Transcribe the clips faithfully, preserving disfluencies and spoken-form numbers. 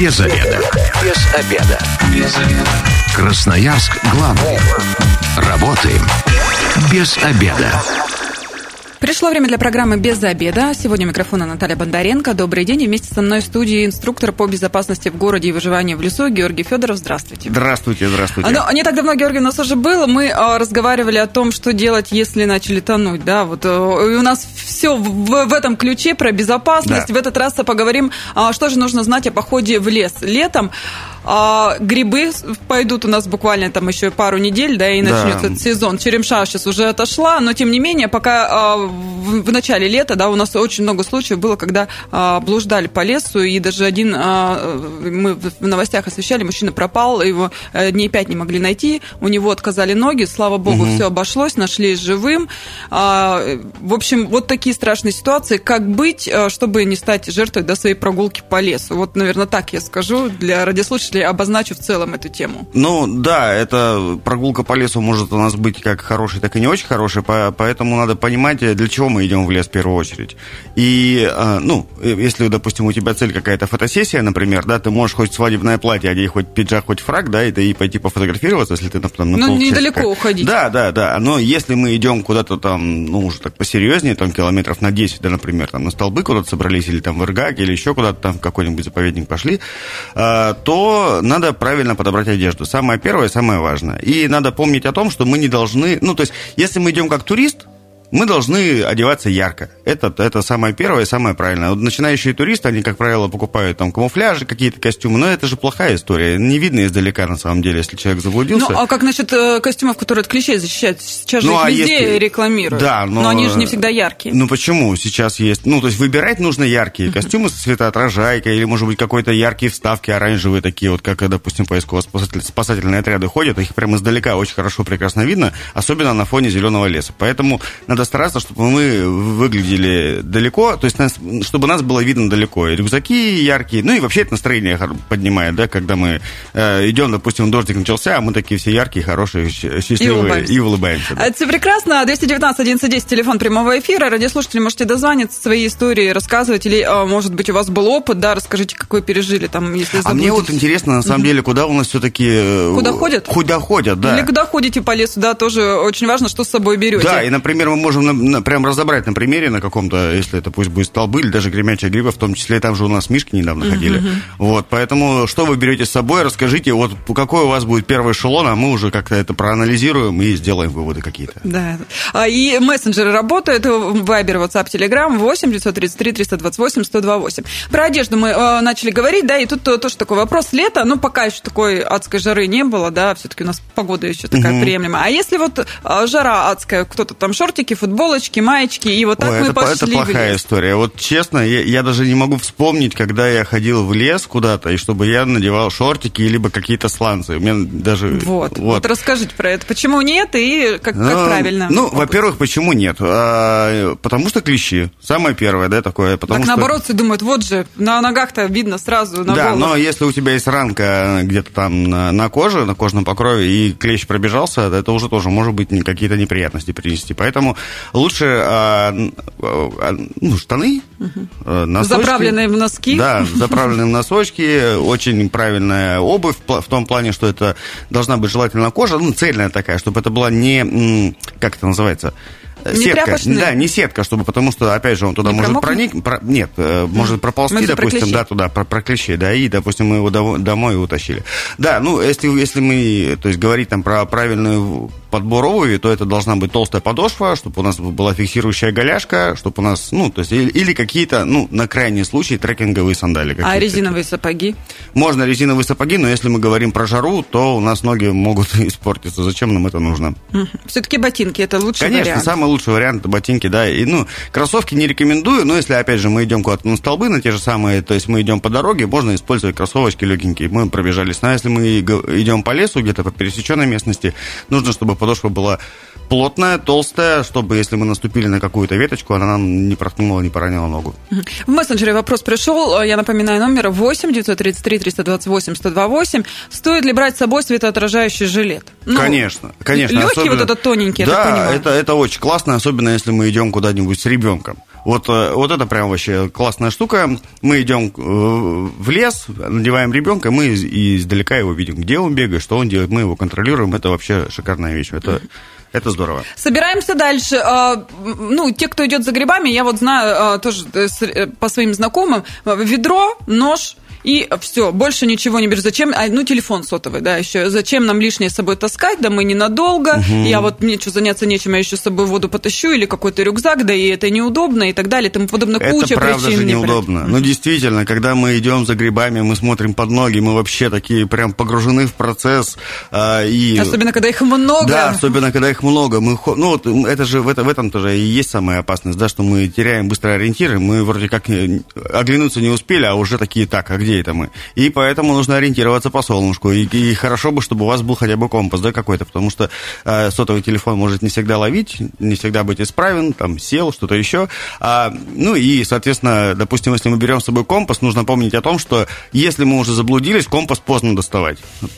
Без обеда. Без обеда. Без обеда. Красноярск главный. Работаем без обеда. Пришло время для программы «Без обеда». Сегодня у микрофона Наталья Бондаренко. Добрый день. И вместе со мной в студии инструктор по безопасности в городе и выживанию в лесу Георгий Федоров. Здравствуйте. Здравствуйте, здравствуйте. Но не так давно, Георгий, у нас уже было. Мы а, разговаривали о том, что делать, если начали тонуть. Да, вот, и у нас все в, в этом ключе про безопасность. Да. В этот раз поговорим, а, что же нужно знать о походе в лес летом. А, грибы пойдут у нас буквально там еще пару недель, да, и начнется да. этот сезон. Черемша сейчас уже отошла, но тем не менее, пока а, в, в начале лета, да, у нас очень много случаев было, когда а, блуждали по лесу, и даже один, а, мы в новостях освещали, мужчина пропал, его дней пять не могли найти, у него отказали ноги, слава богу, угу. все обошлось, нашли живым. А, в общем, вот такие страшные ситуации. Как быть, чтобы не стать жертвой до своей прогулки по лесу? Вот, наверное, так я скажу для радиослушателей. Обозначу в целом эту тему. Ну, да, это прогулка по лесу может у нас быть как хорошей, так и не очень хорошей, поэтому надо понимать, для чего мы идем в лес в первую очередь. И, ну, если, допустим, у тебя цель какая-то фотосессия, например, да, ты можешь хоть свадебное платье одеть, хоть пиджак, хоть фрак, да, и, и пойти пофотографироваться, если ты там на Ну, полчасика. недалеко уходить. Да, да, да, но если мы идем куда-то там, ну, уже так посерьезнее, там, километров на десять, да, например, там, на столбы куда-то собрались, или там в Иргак, или еще куда-то там в какой-нибудь заповедник пошли, то надо правильно подобрать одежду. Самое первое, самое важное. И надо помнить о том, что мы не должны... Ну, то есть, если мы идем как турист, мы должны одеваться ярко. Это, это самое первое и самое правильное. Вот начинающие туристы, они, как правило, покупают там камуфляжи, какие-то костюмы, но это же плохая история. Не видно издалека, на самом деле, если человек заблудился. Ну, а как насчет костюмов, которые от клещей защищают? Сейчас же ну, их а везде если... рекламируют. Да, но... но они же не всегда яркие. Ну, почему? Сейчас есть... Ну, то есть, выбирать нужно яркие костюмы со светоотражайкой, или, может быть, какой-то яркие вставки оранжевые, такие вот, как, допустим, поисково-спасательные отряды ходят, их прямо издалека очень хорошо, прекрасно видно, особенно на фоне зеленого леса. Поэтому надо стараться, чтобы мы выглядели далеко, то есть нас, чтобы нас было видно далеко. И рюкзаки яркие, ну и вообще это настроение поднимает, да, когда мы э, идем, допустим, дождик начался, а мы такие все яркие, хорошие, счастливые и улыбаемся. И улыбаемся да. Это прекрасно. двести девятнадцать одиннадцать десять, телефон прямого эфира. Радиослушатели, можете дозвониться, свои истории рассказывать, или, может быть, у вас был опыт, да, расскажите, какой пережили там, если заблудились. А мне вот интересно, на самом деле, куда у нас все-таки... Куда ходят? Куда ходят, да. Или куда ходите по лесу, да, тоже очень важно, что с собой берете. Да, и, например, мы можем прям разобрать на примере на каком-то, если это пусть будет столбы или даже гремячие грибы, в том числе, там же у нас мишки недавно uh-huh. ходили. Вот, поэтому что вы берете с собой, расскажите, вот какой у вас будет первый эшелон, а мы уже как-то это проанализируем и сделаем выводы какие-то. Да, и мессенджеры работают, Вайбер, WhatsApp, Telegram, восемь девятьсот тридцать три триста двадцать восемь сто два восемь. Про одежду мы э, начали говорить, да, и тут тоже такой вопрос. Лето, ну, пока еще такой адской жары не было, да, все-таки у нас погода еще такая uh-huh. приемлемая. А если вот э, жара адская, кто-то там шортики, футболочки, маечки, и вот так Ой, мы это, пошли это плохая в лес. история. Вот честно, я, я даже не могу вспомнить, когда я ходил в лес куда-то, и чтобы я надевал шортики, либо какие-то сланцы. У меня даже... Вот, вот. вот расскажите про это. Почему нет и как, как ну, правильно? Ну, во-первых, почему нет? А, потому что клещи. Самое первое, да, такое. Потому так что... наоборот, все думают, вот же, на ногах-то видно сразу, на Да, голову. но если у тебя есть ранка где-то там на, на коже, на кожном покрове, и клещ пробежался, это уже тоже может быть какие-то неприятности принести. Поэтому лучше... А, ну, штаны, угу. носочки. Заправленные в носки. Да, заправленные в носочки, очень правильная обувь, в том плане, что это должна быть желательно кожа, ну, цельная такая, чтобы это была не, как это называется, не сетка. Тряпочные? Да, не сетка, чтобы, потому что, опять же, он туда не может проникнуть, про, нет, mm. может проползти, мы допустим, да, туда, про, про клещей, да, и, допустим, мы его домой утащили. Да, ну, если, если мы, то есть, говорить там про правильную подбор обуви, то это должна быть толстая подошва, чтобы у нас была фиксирующая голяшка, чтобы у нас, ну, то есть, или, или какие-то, ну, на крайний случай, трекинговые сандали. А резиновые сапоги? Можно резиновые сапоги, но если мы говорим про жару, то у нас ноги могут испортиться. Зачем нам это нужно? Угу. Все-таки ботинки – это лучший Конечно, вариант. Конечно, самый лучший вариант – это ботинки, да. И, ну, кроссовки не рекомендую, но если, опять же, мы идем куда-то на столбы, на те же самые, то есть мы идем по дороге, можно использовать кроссовочки легенькие. Мы пробежались. Но если мы идем по лесу, где-то по пересеченной местности, нужно, чтобы подошва была плотная, толстая, чтобы, если мы наступили на какую-то веточку, она нам не проткнула, не поранила ногу. В мессенджере вопрос пришел. Я напоминаю, номер восемь девятьсот тридцать три триста двадцать восемь сто два восемь. Стоит ли брать с собой светоотражающий жилет? Ну, конечно, конечно. Легкий особенно... вот этот тоненький, да, я так понимаю. это, это очень классно, особенно если мы идем куда-нибудь с ребенком. Вот, вот это прям вообще классная штука. Мы идем в лес, надеваем ребенка, мы издалека его видим, где он бегает, что он делает, мы его контролируем. Это вообще шикарная вещь. Это, это здорово. Собираемся дальше. Ну, те, кто идет за грибами, я вот знаю тоже по своим знакомым, ведро, нож. И все, больше ничего не беру. Зачем? А, ну, телефон сотовый, да, еще. Зачем нам лишнее с собой таскать? Да мы ненадолго. Угу. Я вот, мне что, заняться нечем, я еще с собой воду потащу или какой-то рюкзак, да и это неудобно и так далее, и тому подобное. Куча причин. Это правда же неудобно. Ну, действительно, когда мы идем за грибами, мы смотрим под ноги, мы вообще такие прям погружены в процесс. А, и... Особенно, когда их много. Да, особенно, когда их много. Мы... Ну, вот это же в, это, в этом тоже и есть самая опасность, да, что мы теряем быстро ориентиры, мы вроде как оглянуться не успели, а уже такие, так, а где это мы? И поэтому нужно ориентироваться по солнышку. И, и хорошо бы, чтобы у вас был хотя бы компас, да, какой-то, потому что э, сотовый телефон может не всегда ловить, не всегда быть исправен, там, сел, что-то еще. А, ну и, соответственно, допустим, если мы берем с собой компас, нужно помнить о том, что если мы уже заблудились, компас поздно доставать.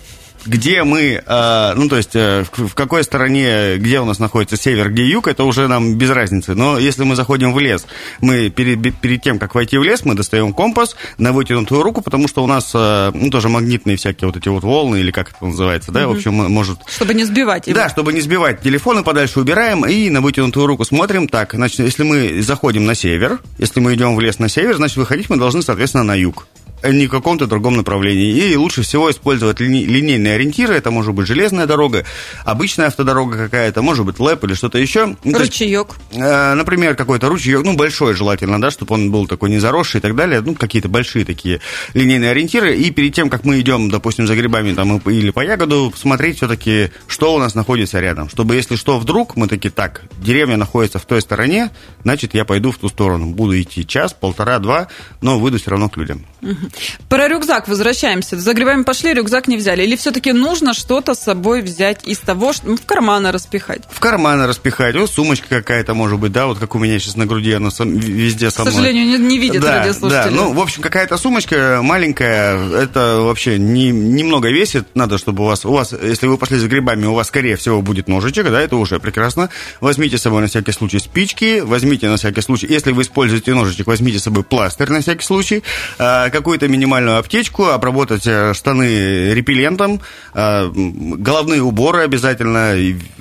Где мы, э, ну, то есть, э, в, в какой стороне, где у нас находится север, где юг, это уже нам без разницы. Но если мы заходим в лес, мы перед, перед тем, как войти в лес, мы достаем компас на вытянутую руку, потому что у нас, э, ну, тоже магнитные всякие вот эти вот волны, или как это называется, да, mm-hmm. в общем, может... Чтобы не сбивать его. Да, чтобы не сбивать. Телефоны подальше убираем и на вытянутую руку смотрим. Так, значит, если мы заходим на север, если мы идем в лес на север, значит, выходить мы должны, соответственно, на юг. Не в каком-то другом направлении. И лучше всего использовать лини- линейные ориентиры. Это может быть железная дорога, обычная автодорога какая-то, может быть лэп или что-то еще. Ручеек. Э, например, какой-то ручеек, ну, большой желательно, да, чтобы он был такой не заросший и так далее. Ну, какие-то большие такие линейные ориентиры. И перед тем, как мы идем, допустим, за грибами там, или по ягоду, посмотреть все-таки, что у нас находится рядом. Чтобы, если что, вдруг мы такие, так, деревня находится в той стороне, значит, я пойду в ту сторону. Буду идти час, полтора, два, но выйду все равно к людям. Про рюкзак возвращаемся. За грибами пошли, рюкзак не взяли. Или все-таки нужно что-то с собой взять из того, что в карманы распихать? В карманы распихать. Вот сумочка какая-то может быть, да, вот как у меня сейчас на груди, она сам, везде со мной. К сожалению, не, не видят да, радиослушатели. Да, ну, в общем, какая-то сумочка маленькая, это вообще не, немного весит. Надо, чтобы у вас, у вас, если вы пошли за грибами, у вас, скорее всего, будет ножичек, да, это уже прекрасно. Возьмите с собой на всякий случай спички, возьмите на всякий случай, если вы используете ножичек, возьмите с собой пластырь на всякий случай, какую-то минимальную аптечку, обработать штаны репеллентом, головные уборы обязательно,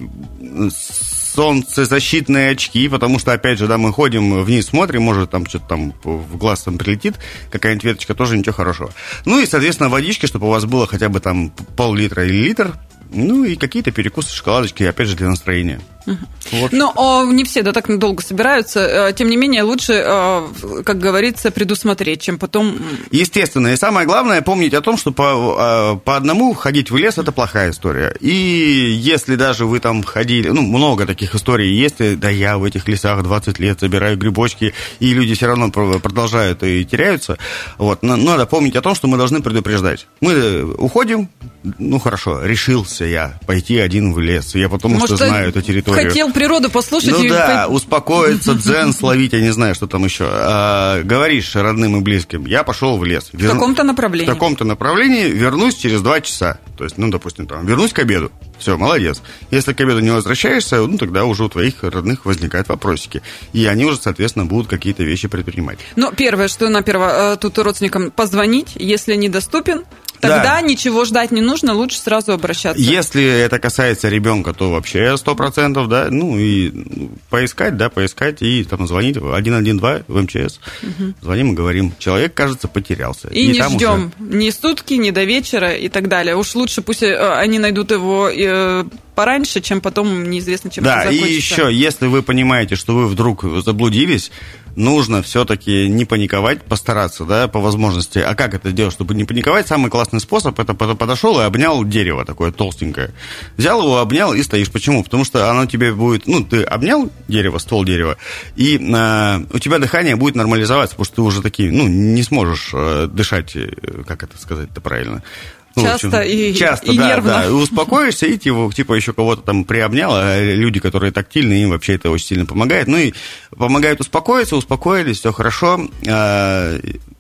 солнцезащитные очки, потому что, опять же, да, мы ходим вниз, смотрим, может, там что-то там в глаз там прилетит, какая-нибудь веточка, тоже ничего хорошего. Ну и, соответственно, водички, чтобы у вас было хотя бы там пол-литра или литр, ну и какие-то перекусы, шоколадочки, опять же, для настроения. Угу. Вот. Но не все, да, так надолго собираются. Тем не менее, лучше, как говорится, предусмотреть, чем потом... Естественно. И самое главное, помнить о том, что по, по одному ходить в лес – это плохая история. И если даже вы там ходили... Ну, много таких историй есть. Да я в этих лесах двадцать лет собираю грибочки, и люди все равно продолжают и теряются. Вот. Но надо помнить о том, что мы должны предупреждать. Мы уходим, ну, хорошо, решился я пойти один в лес. Я потому Может, что знаю эту территорию. Хотел природу послушать. Ну и... да, успокоиться, дзен словить, я не знаю, что там еще. А, говоришь родным и близким, я пошел в лес. В каком-то направлении. В каком-то направлении, вернусь через два часа. То есть, ну, допустим, там, вернусь к обеду. Все, молодец. Если к обеду не возвращаешься, ну, тогда уже у твоих родных возникают вопросики. И они уже, соответственно, будут какие-то вещи предпринимать. Ну, первое, что наперво, тут родственникам позвонить, если недоступен, тогда да. Ничего ждать не нужно, лучше сразу обращаться. Если это касается ребенка, то вообще сто процентов, да, ну и поискать, да, поискать и там звонить один один два в эм че эс. Угу. Звоним и говорим, человек, кажется, потерялся. И, и не ждем уже... ни сутки, ни до вечера и так далее. Уж лучше пусть они найдут его пораньше, чем потом неизвестно, чем да, это закончится. Да, и еще, если вы понимаете, что вы вдруг заблудились, нужно все-таки не паниковать, постараться, да, по возможности. А как это делать, чтобы не паниковать? Самый классный способ – это подошел и обнял дерево такое толстенькое. Взял его, обнял и стоишь. Почему? Потому что оно тебе будет… Ну, ты обнял дерево, ствол дерева, и э, у тебя дыхание будет нормализоваться, потому что ты уже такие, ну, не сможешь э, дышать, как это сказать-то правильно. Ну, часто общем, и, часто, и да, нервно. Да, успокоишься и типа, типа еще кого-то там приобнял, а люди, которые тактильны, им вообще это очень сильно помогает. Ну и помогает успокоиться, успокоились, все хорошо.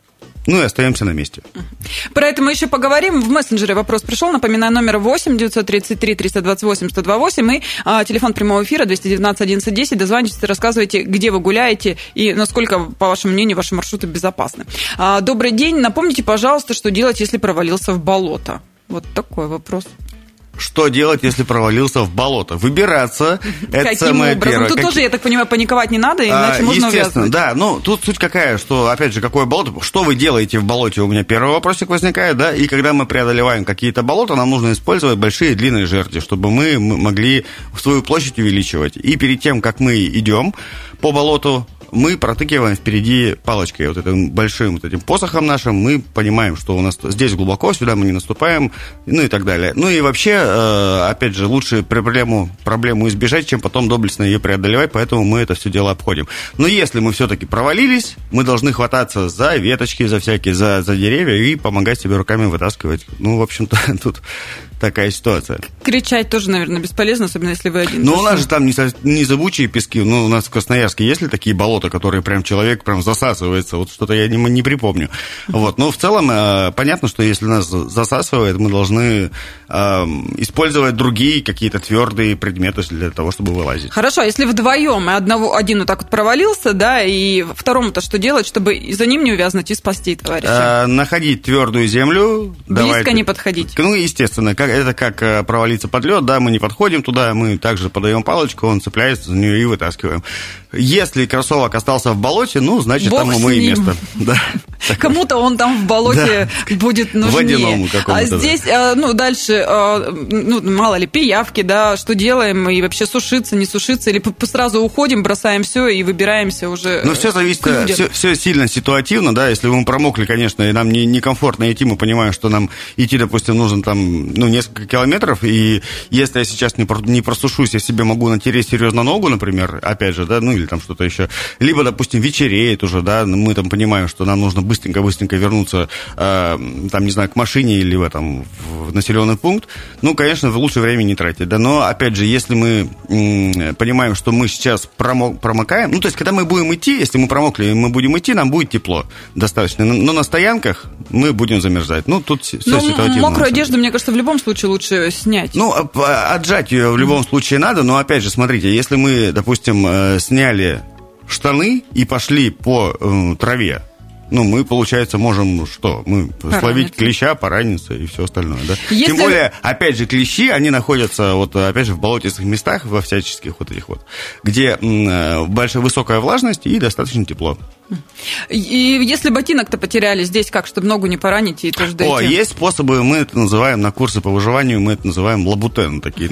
ну и остаемся на месте. Про это мы еще поговорим. В мессенджере вопрос пришел. Напоминаю, номер восемь девятьсот тридцать три триста двадцать восемь сто двадцать восемь и а, телефон прямого эфира двести девятнадцать одиннадцать десять. Дозвонитесь, рассказывайте, где вы гуляете и насколько, по вашему мнению, ваши маршруты безопасны. А, добрый день. Напомните, пожалуйста, что делать, если провалился в болото. Вот такой вопрос. Что делать, если провалился в болото? Выбираться. Это Каким самое образом? первое. Тут как... тоже, я так понимаю, паниковать не надо, иначе а, можно естественно, увязнуть. да. Ну, тут суть какая, что, опять же, какое болото? Что вы делаете в болоте? У меня первый вопросик возникает, да. И когда мы преодолеваем какие-то болота, нам нужно использовать большие длинные жерди, чтобы мы могли свою площадь увеличивать. И перед тем, как мы идем по болоту, мы протыкиваем впереди палочкой, вот этим большим вот этим посохом нашим, мы понимаем, что у нас здесь глубоко, сюда мы не наступаем, ну и так далее. Ну и вообще, опять же, лучше проблему, проблему избежать, чем потом доблестно ее преодолевать, поэтому мы это все дело обходим. Но если мы все-таки провалились, мы должны хвататься за веточки, за всякие, за, за деревья и помогать себе руками вытаскивать. Ну, в общем-то, тут такая ситуация. Кричать тоже, наверное, бесполезно, особенно если вы один. Ну, у нас же там не, не зыбучие пески, ну, у нас в Красноярске есть ли такие болота, которые прям человек прям засасывается, вот что-то я не, не припомню. Вот. Но в целом э, понятно, что если нас засасывает, мы должны э, использовать другие какие-то твердые предметы для того, чтобы вылазить. Хорошо, а если вдвоем, и одного, один вот так вот провалился, да, и второму-то что делать, чтобы за ним не увязнуть и спасти товарища? Э, находить твердую землю. Близко давайте, не подходить. Ну, естественно, как, это как провалиться под лед, да, мы не подходим туда, мы также подаем палочку, он цепляется за нее и вытаскиваем. Если кроссовок остался в болоте, ну, значит, Бог там ему и место. Да. Кому-то он там в болоте да. будет нужнее. Водяному какому-то. А здесь, да. ну, дальше, ну, мало ли, пиявки, да, что делаем, и вообще сушиться, не сушиться, или сразу уходим, бросаем все и выбираемся уже. Ну, все зависит, все, все сильно ситуативно, да, если мы промокли, конечно, и нам не, некомфортно идти, мы понимаем, что нам идти, допустим, нужно там, ну, несколько километров, и если я сейчас не, не просушусь, я себе могу натереть серьезно ногу, например, опять же, да, ну, или там что-то еще, либо, допустим, вечереет уже, да, мы там понимаем, что нам нужно быстренько-быстренько вернуться, э, там, не знаю, к машине или в, этом, в населенный пункт, ну, конечно, лучше время не тратить, да, но, опять же, если мы м, понимаем, что мы сейчас промок, промокаем, ну, то есть, когда мы будем идти, если мы промокли, и мы будем идти, нам будет тепло достаточно, но на стоянках мы будем замерзать, ну, тут все ну, ситуативно. Мокрую одежду, мне кажется, в любом случае лучше снять. Ну, отжать ее в любом случае надо, но, опять же, смотрите, если мы, допустим, сняли штаны и пошли по э, траве, ну, мы, получается, можем что? Мы пораниться. Словить клеща, пораниться и все остальное, да? Если... Тем более, опять же, клещи, они находятся, вот, опять же, в болотистых местах, во всяческих вот этих вот, где м, большая, высокая влажность и достаточно тепло. И если ботинок-то потеряли, здесь как, чтобы ногу не поранить и тоже дойти? О, есть способы, мы это называем, на курсы по выживанию, мы это называем лабутен такие.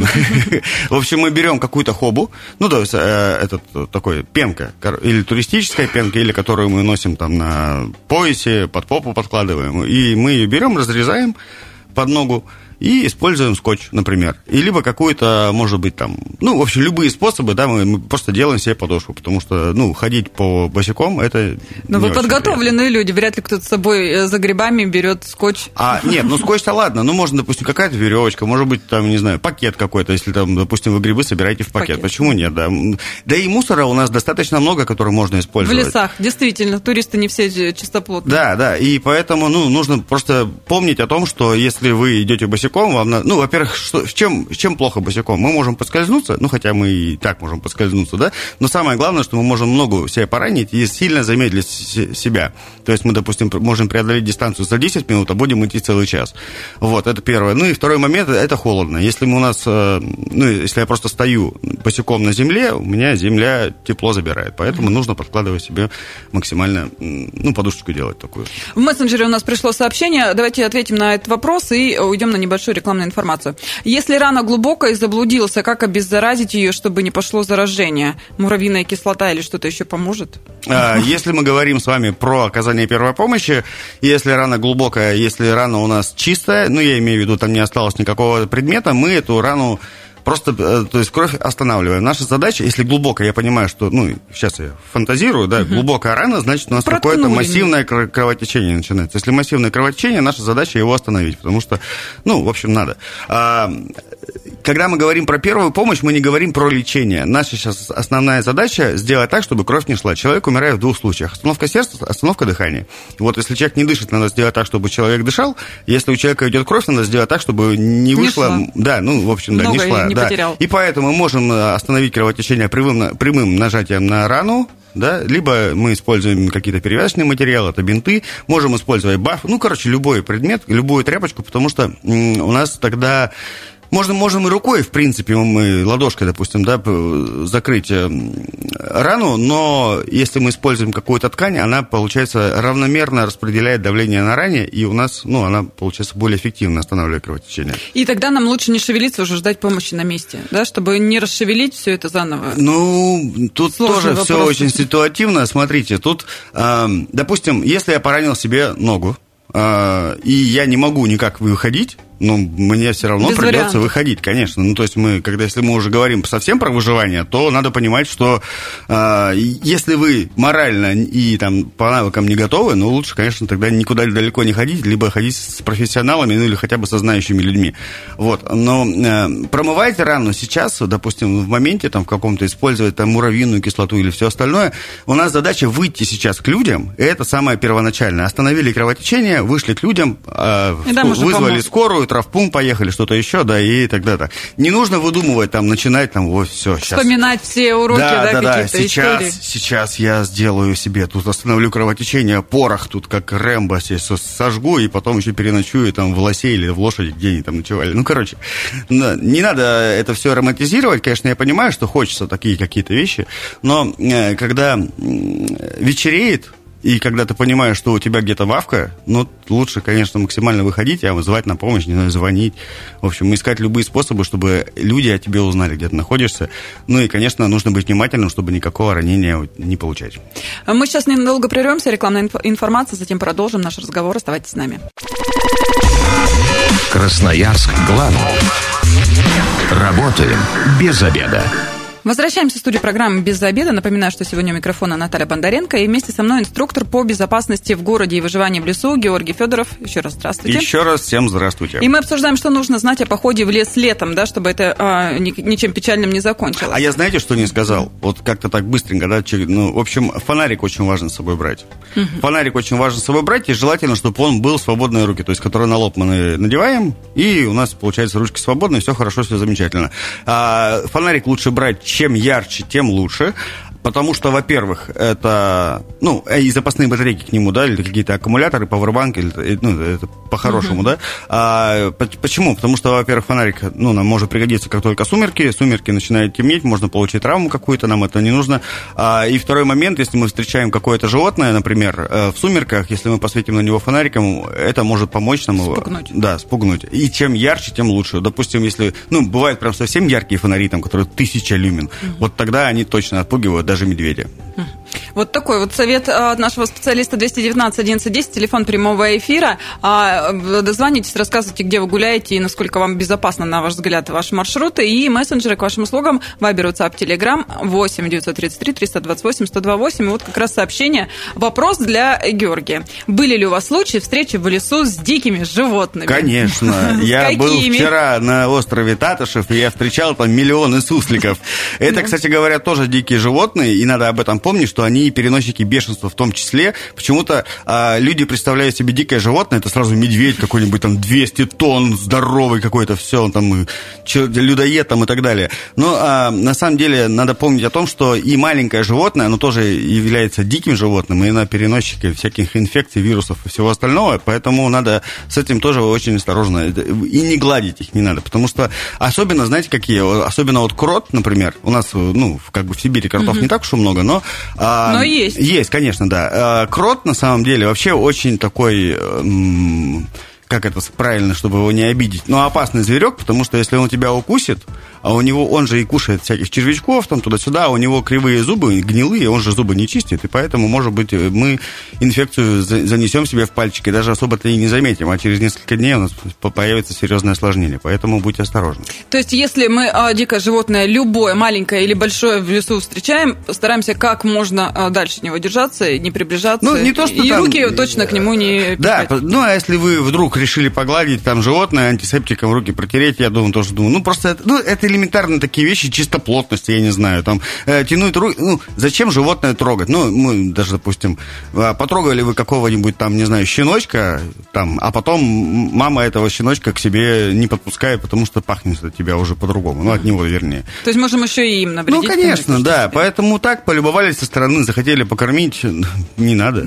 В общем, мы берем какую-то хобу, ну, то есть, этот такой пенка, или туристическая пенка, или которую мы носим там на поясе, под попу подкладываем, и мы ее берем, разрезаем под ногу и используем скотч, например. И либо какую-то, может быть, там, ну, в общем, любые способы, да, мы, мы просто делаем себе подошву, потому что, ну, ходить по босиком, это Но не вы подготовленные приятно. Люди, вряд ли кто-то с собой за грибами берет скотч. А, нет, ну, скотч-то ладно, ну, можно, допустим, какая-то веревочка, может быть, там, не знаю, пакет какой-то, если там, допустим, вы грибы собираете в пакет. пакет. Почему нет, да? Да и мусора у нас достаточно много, который можно использовать. В лесах, действительно, туристы не все чистоплотные. Да, да, и поэтому, ну, нужно просто помнить о том, что если вы идете босиком, вам надо, ну, во-первых, что, в чем, в чем плохо босиком? Мы можем подскользнуться, ну, хотя мы и так можем подскользнуться, да, но самое главное, что мы можем ногу себя поранить и сильно замедлить себя. То есть мы, допустим, можем преодолеть дистанцию за десять минут, а будем идти целый час. Вот, это первое. Ну, и второй момент, это холодно. Если мы у нас, ну, если я просто стою босиком на земле, у меня земля тепло забирает, поэтому нужно подкладывать себе максимально, ну, подушечку делать такую. В мессенджере у нас пришло сообщение, давайте ответим на этот вопрос и уйдем на небольшую рекламную информацию. Если рана глубокая и заблудился, как обеззаразить ее, чтобы не пошло заражение? Муравьиная кислота или что-то еще поможет? Если мы говорим с вами про оказание первой помощи, если рана глубокая, если рана у нас чистая, ну, я имею в виду, там не осталось никакого предмета, мы эту рану просто, то есть кровь останавливаем. Наша задача, если глубокая, я понимаю, что, ну, сейчас я фантазирую, да, угу. глубокая рана, значит, у нас Проткнули какое-то массивное меня. кровотечение начинается. Если массивное кровотечение, наша задача его остановить, потому что, ну, в общем, надо. А, когда мы говорим про первую помощь, мы не говорим про лечение. Наша сейчас основная задача сделать так, чтобы кровь не шла. Человек умирает в двух случаях. Остановка сердца, остановка дыхания. Вот если человек не дышит, надо сделать так, чтобы человек дышал. Если у человека идет кровь, надо сделать так, чтобы не вышла. Не да, ну, в общем, да, Много не шла. Не да. потерял. И поэтому мы можем остановить кровотечение прямым, прямым нажатием на рану, да, либо мы используем какие-то перевязочные материалы, это бинты, можем использовать баф, ну, короче, любой предмет, любую тряпочку, потому что у нас тогда... Можно, можем и рукой, в принципе, мы ладошкой, допустим, да, закрыть рану, но если мы используем какую-то ткань, она, получается, равномерно распределяет давление на ране, и у нас, ну, она, получается, более эффективно останавливает кровотечение. И тогда нам лучше не шевелиться, уже ждать помощи на месте, да, чтобы не расшевелить все это заново. Ну, тут Сложный тоже вопрос. Все очень ситуативно. Смотрите, тут, э, допустим, если я поранил себе ногу, э, и я не могу никак выходить, ну, мне все равно Без придется вариантов. выходить, конечно. Ну, то есть мы, когда, если мы уже говорим совсем про выживание, то надо понимать, что э, если вы морально и там по навыкам не готовы, ну, лучше, конечно, тогда никуда далеко не ходить, либо ходить с профессионалами, ну, или хотя бы со знающими людьми. Вот. Но э, промывайте рану сейчас, допустим, в моменте, там, в каком-то использовать там муравьиную кислоту или все остальное, у нас задача выйти сейчас к людям, и это самое первоначальное. Остановили кровотечение, вышли к людям, э, да, вызвали помочь. скорую, травпункт, поехали, что-то еще, да, и тогда-то. Не нужно выдумывать, там, начинать, там, вот, все, сейчас. Вспоминать все уроки, да, да, да, какие-то да. Сейчас, истории. Сейчас я сделаю себе, тут остановлю кровотечение, порох тут, как Рэмбо, сожгу, и потом еще переночую, там, в лосе или в лошади, где они там ночевали. Ну, короче, не надо это все романтизировать, конечно, я понимаю, что хочется такие какие-то вещи, но когда вечереет, и когда ты понимаешь, что у тебя где-то вавка, ну, лучше, конечно, максимально выходить, а вызывать на помощь, не знаю, звонить. В общем, искать любые способы, чтобы люди о тебе узнали, где ты находишься. Ну и, конечно, нужно быть внимательным, чтобы никакого ранения не получать. Мы сейчас ненадолго прервемся, рекламная информация, затем продолжим наш разговор. Оставайтесь с нами. Красноярск главный. Работаем без обеда. Возвращаемся в студию программы «Без обеда». Напоминаю, что сегодня у микрофона Наталья Бондаренко. И вместе со мной инструктор по безопасности в городе и выживании в лесу Георгий Федоров. Еще раз здравствуйте. Еще раз всем здравствуйте. И мы обсуждаем, что нужно знать о походе в лес летом, да, чтобы это а, ничем печальным не закончилось. А я знаете, что не сказал? Вот как-то так быстренько, да? Ну, в общем, фонарик очень важно с собой брать. Угу. Фонарик очень важно с собой брать, и желательно, чтобы он был свободной руки, то есть, который на лоб мы надеваем, и у нас, получается, ручки свободные, все хорошо, все замечательно. А фонарик лучше брать, чем ярче, тем лучше. Потому что, во-первых, это, ну, и запасные батарейки к нему, да, или какие-то аккумуляторы, пауэрбанки, ну, это по-хорошему, uh-huh. да. А, почему? Потому что, во-первых, фонарик, ну, нам может пригодиться как только сумерки, сумерки начинают темнеть, можно получить травму какую-то, нам это не нужно. А, и второй момент, если мы встречаем какое-то животное, например, в сумерках, если мы посветим на него фонариком, это может помочь нам... Спугнуть. Да, спугнуть. И чем ярче, тем лучше. Допустим, если, ну, бывают прям совсем яркие фонари, там, которые тысяча люмен, uh-huh. вот тогда они точно отпугивают даже медведя. Вот такой вот совет от нашего специалиста. Двести девятнадцать одиннадцать десять, телефон прямого эфира. Дозвонитесь, рассказывайте, где вы гуляете и насколько вам безопасно, на ваш взгляд, ваши маршруты. И мессенджеры к вашим услугам. Вайбер, WhatsApp, Telegram восемь девятьсот тридцать три триста двадцать восемь сто двадцать восемь. И вот как раз сообщение. Вопрос для Георгия. Были ли у вас случаи встречи в лесу с дикими животными? Конечно. Я был вчера на острове Татышев, и я встречал там миллионы сусликов. Это, кстати говоря, тоже дикие животные, и надо об этом помнить, что они переносчики бешенства в том числе. Почему-то а, люди представляют себе дикое животное, это сразу медведь какой-нибудь, там, двести тонн, здоровый какой-то, все, он там, людоед там и так далее. Но а, на самом деле надо помнить о том, что и маленькое животное, оно тоже является диким животным, и оно переносчики всяких инфекций, вирусов и всего остального, поэтому надо с этим тоже очень осторожно. И не гладить их не надо, потому что особенно, знаете, какие, особенно вот крот, например, у нас, ну, как бы в Сибири кротов mm-hmm. не так уж и много, но... Но есть. Есть, конечно, да. Крот, на самом деле, вообще очень такой... Как это правильно, чтобы его не обидеть? Но опасный зверек, потому что если он тебя укусит, а у него, он же и кушает всяких червячков, там туда-сюда, а у него кривые зубы, гнилые, он же зубы не чистит, и поэтому, может быть, мы инфекцию занесем себе в пальчики, даже особо-то и не заметим, а через несколько дней у нас появится серьезное осложнение, поэтому будьте осторожны. То есть, если мы а, дикое животное, любое, маленькое или большое в лесу встречаем, стараемся как можно а, дальше от него держаться, не приближаться, ну, не то, что и там... руки точно к нему не да, пихать. ну, а если вы вдруг решили погладить там животное, антисептиком руки протереть, я думаю, тоже думаю, ну, просто это, ну, это элементарно такие вещи чистоплотности, я не знаю, там, э, тянуть руки, ну, зачем животное трогать? Ну, мы даже, допустим, потрогали вы какого-нибудь там, не знаю, щеночка, там, а потом мама этого щеночка к себе не подпускает, потому что пахнет от тебя уже по-другому, ну, от него, вернее. То есть можем еще и им навредить? Ну, конечно, да, себе. Поэтому так, полюбовались со стороны, захотели покормить, не надо.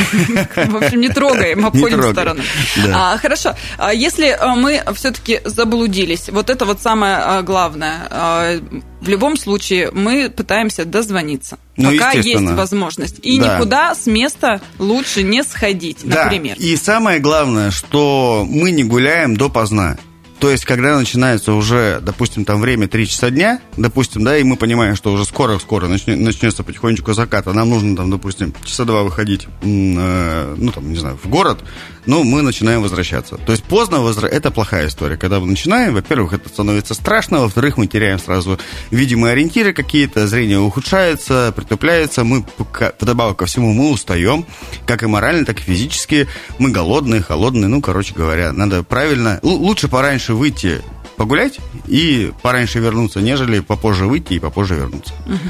В общем, не трогаем, обходим стороной. Хорошо, если мы все-таки заблудились, вот это вот самое главное, в любом случае мы пытаемся дозвониться, ну, пока есть возможность. И да. никуда с места лучше не сходить, например. Да. И самое главное, что мы не гуляем допоздна. То есть, когда начинается уже, допустим, там время три часа дня, допустим, да, и мы понимаем, что уже скоро-скоро начнется потихонечку закат, а нам нужно, там, допустим, часа два выходить, э, ну, там, не знаю, в город, ну, мы начинаем возвращаться. То есть, поздно возвращаться, это плохая история. Когда мы начинаем, во-первых, это становится страшно, во-вторых, мы теряем сразу видимые ориентиры какие-то, зрение ухудшается, притупляется, мы, вдобавок ко всему, мы устаем, как и морально, так и физически, мы голодные, холодные, ну, короче говоря, надо правильно, лучше пораньше выйти погулять и пораньше вернуться, нежели попозже выйти и попозже вернуться.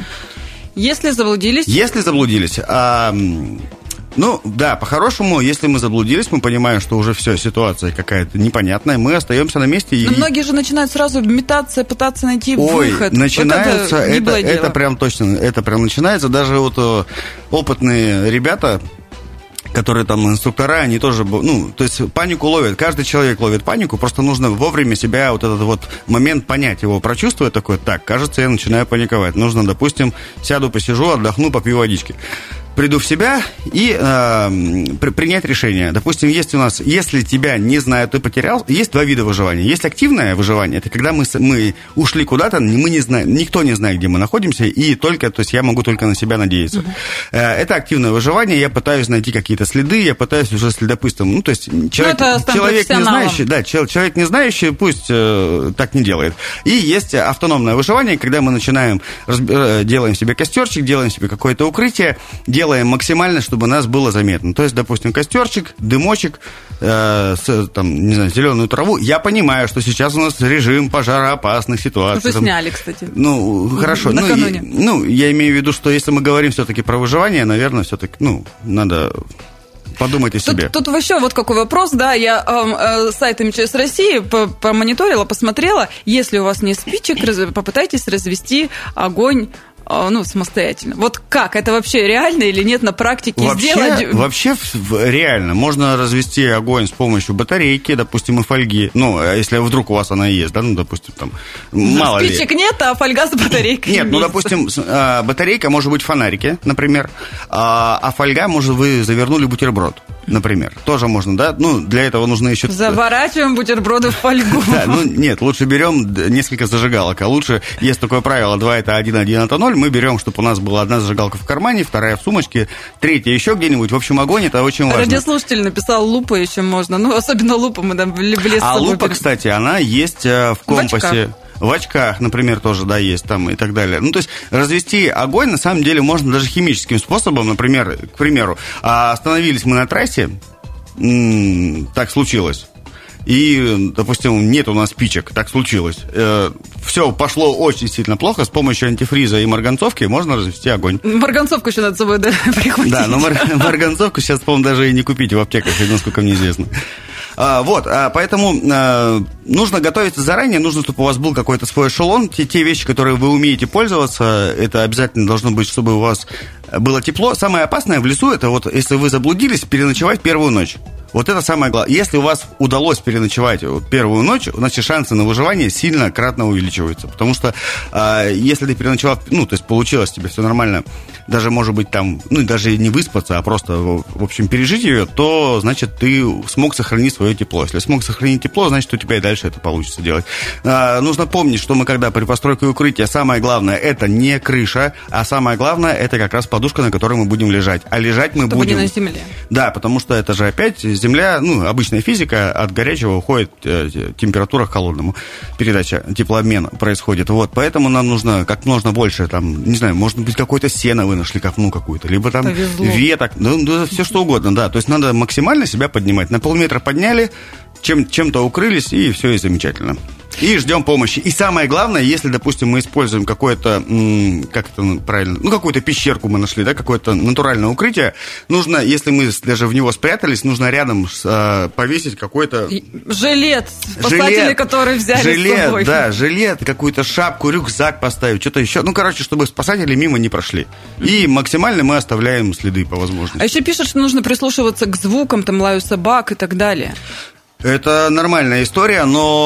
Если заблудились? Если заблудились. А, ну, да, по-хорошему, если мы заблудились, мы понимаем, что уже все, ситуация какая-то непонятная, мы остаемся на месте. Но и... многие же начинают сразу метаться, пытаться найти Ой, выход. начинается, вот это, это, это прям точно, это прям начинается. Даже вот опытные ребята, которые там инструктора, они тоже, ну, то есть панику ловят, каждый человек ловит панику, просто нужно вовремя себя, вот этот вот момент понять, его прочувствовать, такой, так, кажется, я начинаю паниковать, нужно, допустим, сяду, посижу, отдохну, попью водички. Приду в себя и э, при, принять решение. Допустим, есть у нас, если тебя не знают, ты потерял, есть два вида выживания. Есть активное выживание, это когда мы, мы ушли куда-то, мы не знаем, никто не знает, где мы находимся, и только, то есть я могу только на себя надеяться. Uh-huh. Э, это активное выживание, я пытаюсь найти какие-то следы, я пытаюсь уже следопытством, ну, то есть человек, человек не знающий, да, человек не знающий, пусть э, так не делает. И есть автономное выживание, когда мы начинаем, разб... делаем себе костерчик, делаем себе какое-то укрытие, делаем делаем максимально, чтобы нас было заметно. То есть, допустим, костерчик, дымочек, э, с, там, не знаю, зеленую траву. Я понимаю, что сейчас у нас режим пожароопасных ситуаций. Уже сняли, кстати. Ну, хорошо. Накануне. Ну, и, ну, я имею в виду, что если мы говорим все-таки про выживание, наверное, все-таки, ну, надо... Подумать о себе. Тут, тут еще вот какой вопрос, да, я э, э, сайт эм че эс России помониторила, посмотрела, если у вас нет спичек, раз, попытайтесь развести огонь, э, ну, самостоятельно. Вот как, это вообще реально или нет на практике вообще, сделать? Вообще реально, можно развести огонь с помощью батарейки, допустим, и фольги, ну, если вдруг у вас она есть, да, ну, допустим, там, мало ли. Спичек нет, а фольга с батарейкой нет, ну, допустим, батарейка может быть в фонарике, например, а фольга, может, вы завернули бутерброд, например. Тоже можно, да? Ну, для этого нужно еще... Заворачиваем бутерброды в фольгу. Да, ну, нет, лучше берем несколько зажигалок, а лучше, есть такое правило, два это один, один это ноль, мы берем, чтобы у нас была одна зажигалка в кармане, вторая в сумочке, третья еще где-нибудь. В общем, огонь это очень важно. Радиослушатель написал, лупа еще можно, ну, особенно лупу мы там в лес. А лупа, кстати, она есть в компасе. В очках, например, тоже, да, есть там и так далее. Ну, то есть развести огонь, на самом деле, можно даже химическим способом. Например, к примеру, остановились мы на трассе, так случилось, и, допустим, нет у нас спичек, так случилось. Все пошло очень сильно плохо, с помощью антифриза и марганцовки можно развести огонь. Марганцовку еще надо с собой, да, прихватить. Да, но мар- марганцовку сейчас, по-моему, даже и не купить в аптеках, насколько мне известно. А, вот, а, поэтому а, нужно готовиться заранее, нужно, чтобы у вас был какой-то свой эшелон. Те, те вещи, которые вы умеете пользоваться, это обязательно должно быть, чтобы у вас было тепло. Самое опасное в лесу, это вот, если вы заблудились, переночевать первую ночь. Вот это самое главное. Если у вас удалось переночевать вот первую ночь, значит, шансы на выживание сильно кратно увеличиваются. Потому что э, если ты переночевал, ну, то есть получилось тебе все нормально, даже, может быть, там, ну, даже не выспаться, а просто, в общем, пережить ее, то, значит, ты смог сохранить свое тепло. Если смог сохранить тепло, значит, у тебя и дальше это получится делать. Э, нужно помнить, что мы, когда при постройке укрытия, самое главное, это не крыша, а самое главное, это как раз подушка, на которой мы будем лежать. А лежать мы Чтобы будем... не на земле. Да, потому что это же опять земля, ну, обычная физика, от горячего уходит э, температура к холодному. Передача, теплообмен происходит. Вот, поэтому нам нужно как можно больше, там, не знаю, может быть, какое-то сено вы нашли, копну какую-то, либо там Повезло. веток, ну, да, все что угодно, да. То есть надо максимально себя поднимать. На полметра подняли, чем, чем-то укрылись, и все, и замечательно. И ждем помощи. И самое главное, если, допустим, мы используем какое-то, как это правильно, ну, какую-то пещерку мы нашли, да, какое-то натуральное укрытие, нужно, если мы даже в него спрятались, нужно рядом э, повесить какой-то... Жилет, спасатели, жилет, которые взяли жилет, с собой. Да, жилет, какую-то шапку, рюкзак поставить, что-то еще. Ну, короче, чтобы спасатели мимо не прошли. И максимально мы оставляем следы по возможности. А еще пишут, что нужно прислушиваться к звукам, там, лаю собак и так далее. Это нормальная история,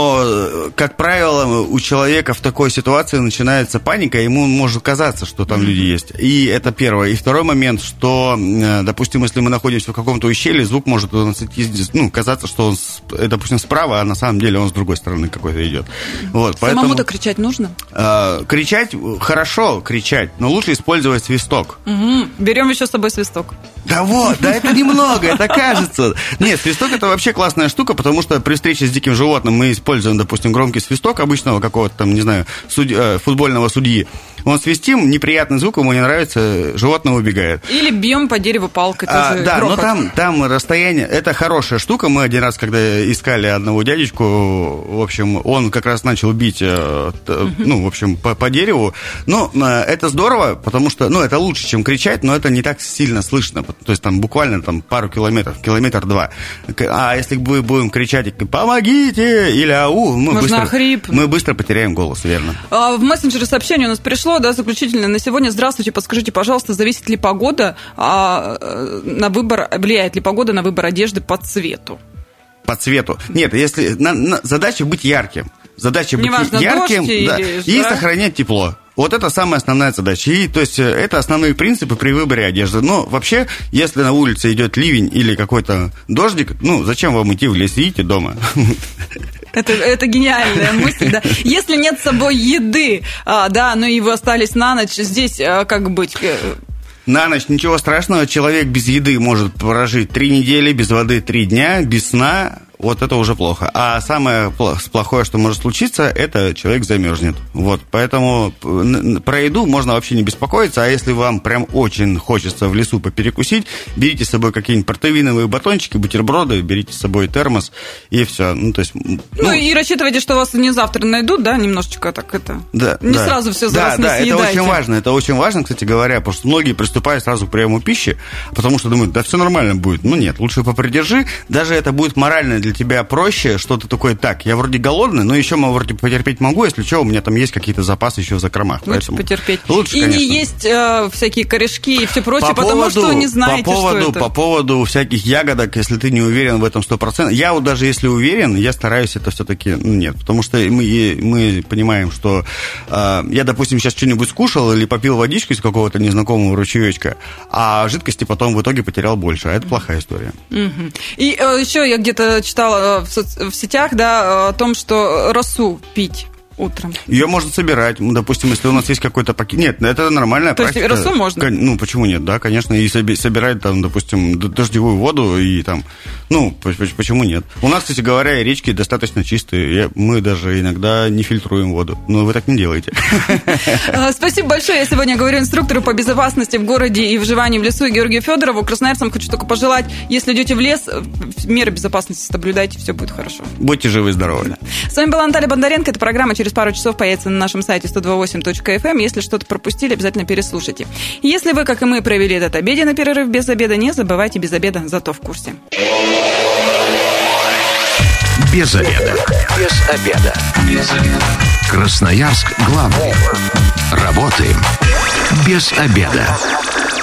но, как правило, у человека в такой ситуации начинается паника, ему может казаться, что там люди есть. И это первое. И второй момент, что, допустим, если мы находимся в каком-то ущелье, звук может ну, казаться, что он, допустим, справа, а на самом деле он с другой стороны какой-то идет. Вот, Самому-то поэтому, кричать нужно? Э, кричать хорошо, кричать, но лучше использовать свисток. Угу. Берем еще с собой свисток. Да вот, да это немного, это кажется. Нет, свисток это вообще классная штука, потому что при встрече с диким животным мы используем, допустим, громкий свисток обычного какого-то там, не знаю, судь, э, футбольного судьи. Он свистим, неприятный звук, ему не нравится, животное убегает. Или бьем по дереву палкой, а, тоже да, грохот. но там, там расстояние, это хорошая штука. Мы один раз, когда искали одного дядечку, в общем, он как раз начал бить, э, uh-huh. ну, в общем, по, по дереву. Но э, это здорово, потому что, ну, это лучше, чем кричать, но это не так сильно слышно. То есть там буквально там, пару километров, километр-два. А если мы будем кричать «помогите» или «ау», мы, быстро, мы быстро потеряем голос, верно. А, в мессенджере сообщение у нас пришло, да, заключительное на сегодня. Здравствуйте, подскажите, пожалуйста, зависит ли погода а, на выбор, влияет ли погода на выбор одежды по цвету? По цвету. Нет, если на, на, задача быть ярким. Задача быть Неважно, ярким, дождь да, или и жара. сохранять тепло. Вот это самая основная задача. И, то есть, это основные принципы при выборе одежды. Но вообще, если на улице идет ливень или какой-то дождик, ну, зачем вам идти в лес? Идите дома. Это, это гениальная мысль, да. Если нет с собой еды, а, да, ну и вы остались на ночь, здесь а, как быть? На ночь ничего страшного. Человек без еды может прожить три недели, без воды три дня, без сна. Вот это уже плохо. А самое плохое, что может случиться, это человек замерзнет. Вот, поэтому про еду можно вообще не беспокоиться. А если вам прям очень хочется в лесу поперекусить, берите с собой какие-нибудь протеиновые батончики, бутерброды, берите с собой термос, и все. Ну, то есть, ну, ну и рассчитывайте, что вас не завтра найдут, да, немножечко так это... Да, не да. сразу все за да, вас не да, съедайте. это очень важно. Это очень важно, кстати говоря, потому что многие приступают сразу к приему пищи, потому что думают, да все нормально будет. Ну нет, лучше попридержи. Даже это будет морально для тебя проще, что-то такое, так, я вроде голодный, но еще вроде потерпеть могу, если что, у меня там есть какие-то запасы еще в закромах. Лучше поэтому... потерпеть. Лучше, и конечно. не есть э, всякие корешки и все прочее, по потому поводу, что не знаете, по поводу, что это. По поводу всяких ягодок, если ты не уверен в этом сто процентов, я вот даже если уверен, я стараюсь это все-таки, ну, нет, потому что мы, мы понимаем, что э, я, допустим, сейчас что-нибудь скушал или попил водичку из какого-то незнакомого ручеечка, а жидкости потом в итоге потерял больше, а это плохая история. Угу. И э, еще я где-то читала в, соц... в сетях, да, о том, что росу пить утром. Ее можно собирать. Допустим, если у нас есть какой-то пакет... Нет, это нормальная То практика. То есть росу можно? Ну, почему нет, да, конечно. И собирать, там, допустим, дождевую воду и там... Ну, почему нет? У нас, кстати говоря, речки достаточно чистые. Мы даже иногда не фильтруем воду. Но вы так не делаете. Спасибо большое. Я сегодня говорю инструктору по безопасности в городе и выживанию в лесу Георгию Федорову. Красноярцам хочу только пожелать, если идете в лес, меры безопасности соблюдайте, все будет хорошо. Будьте живы и здоровы. С вами была Наталья Бондаренко. Эта программа через пару часов появится на нашем сайте сто два восемь точка эф эм. Если что-то пропустили, обязательно переслушайте. Если вы, как и мы, провели этот обеденный перерыв без обеда, не забывайте без обеда, зато в курсе. Без обеда. Без обеда. Без обеда. Красноярск главный. Работаем без обеда.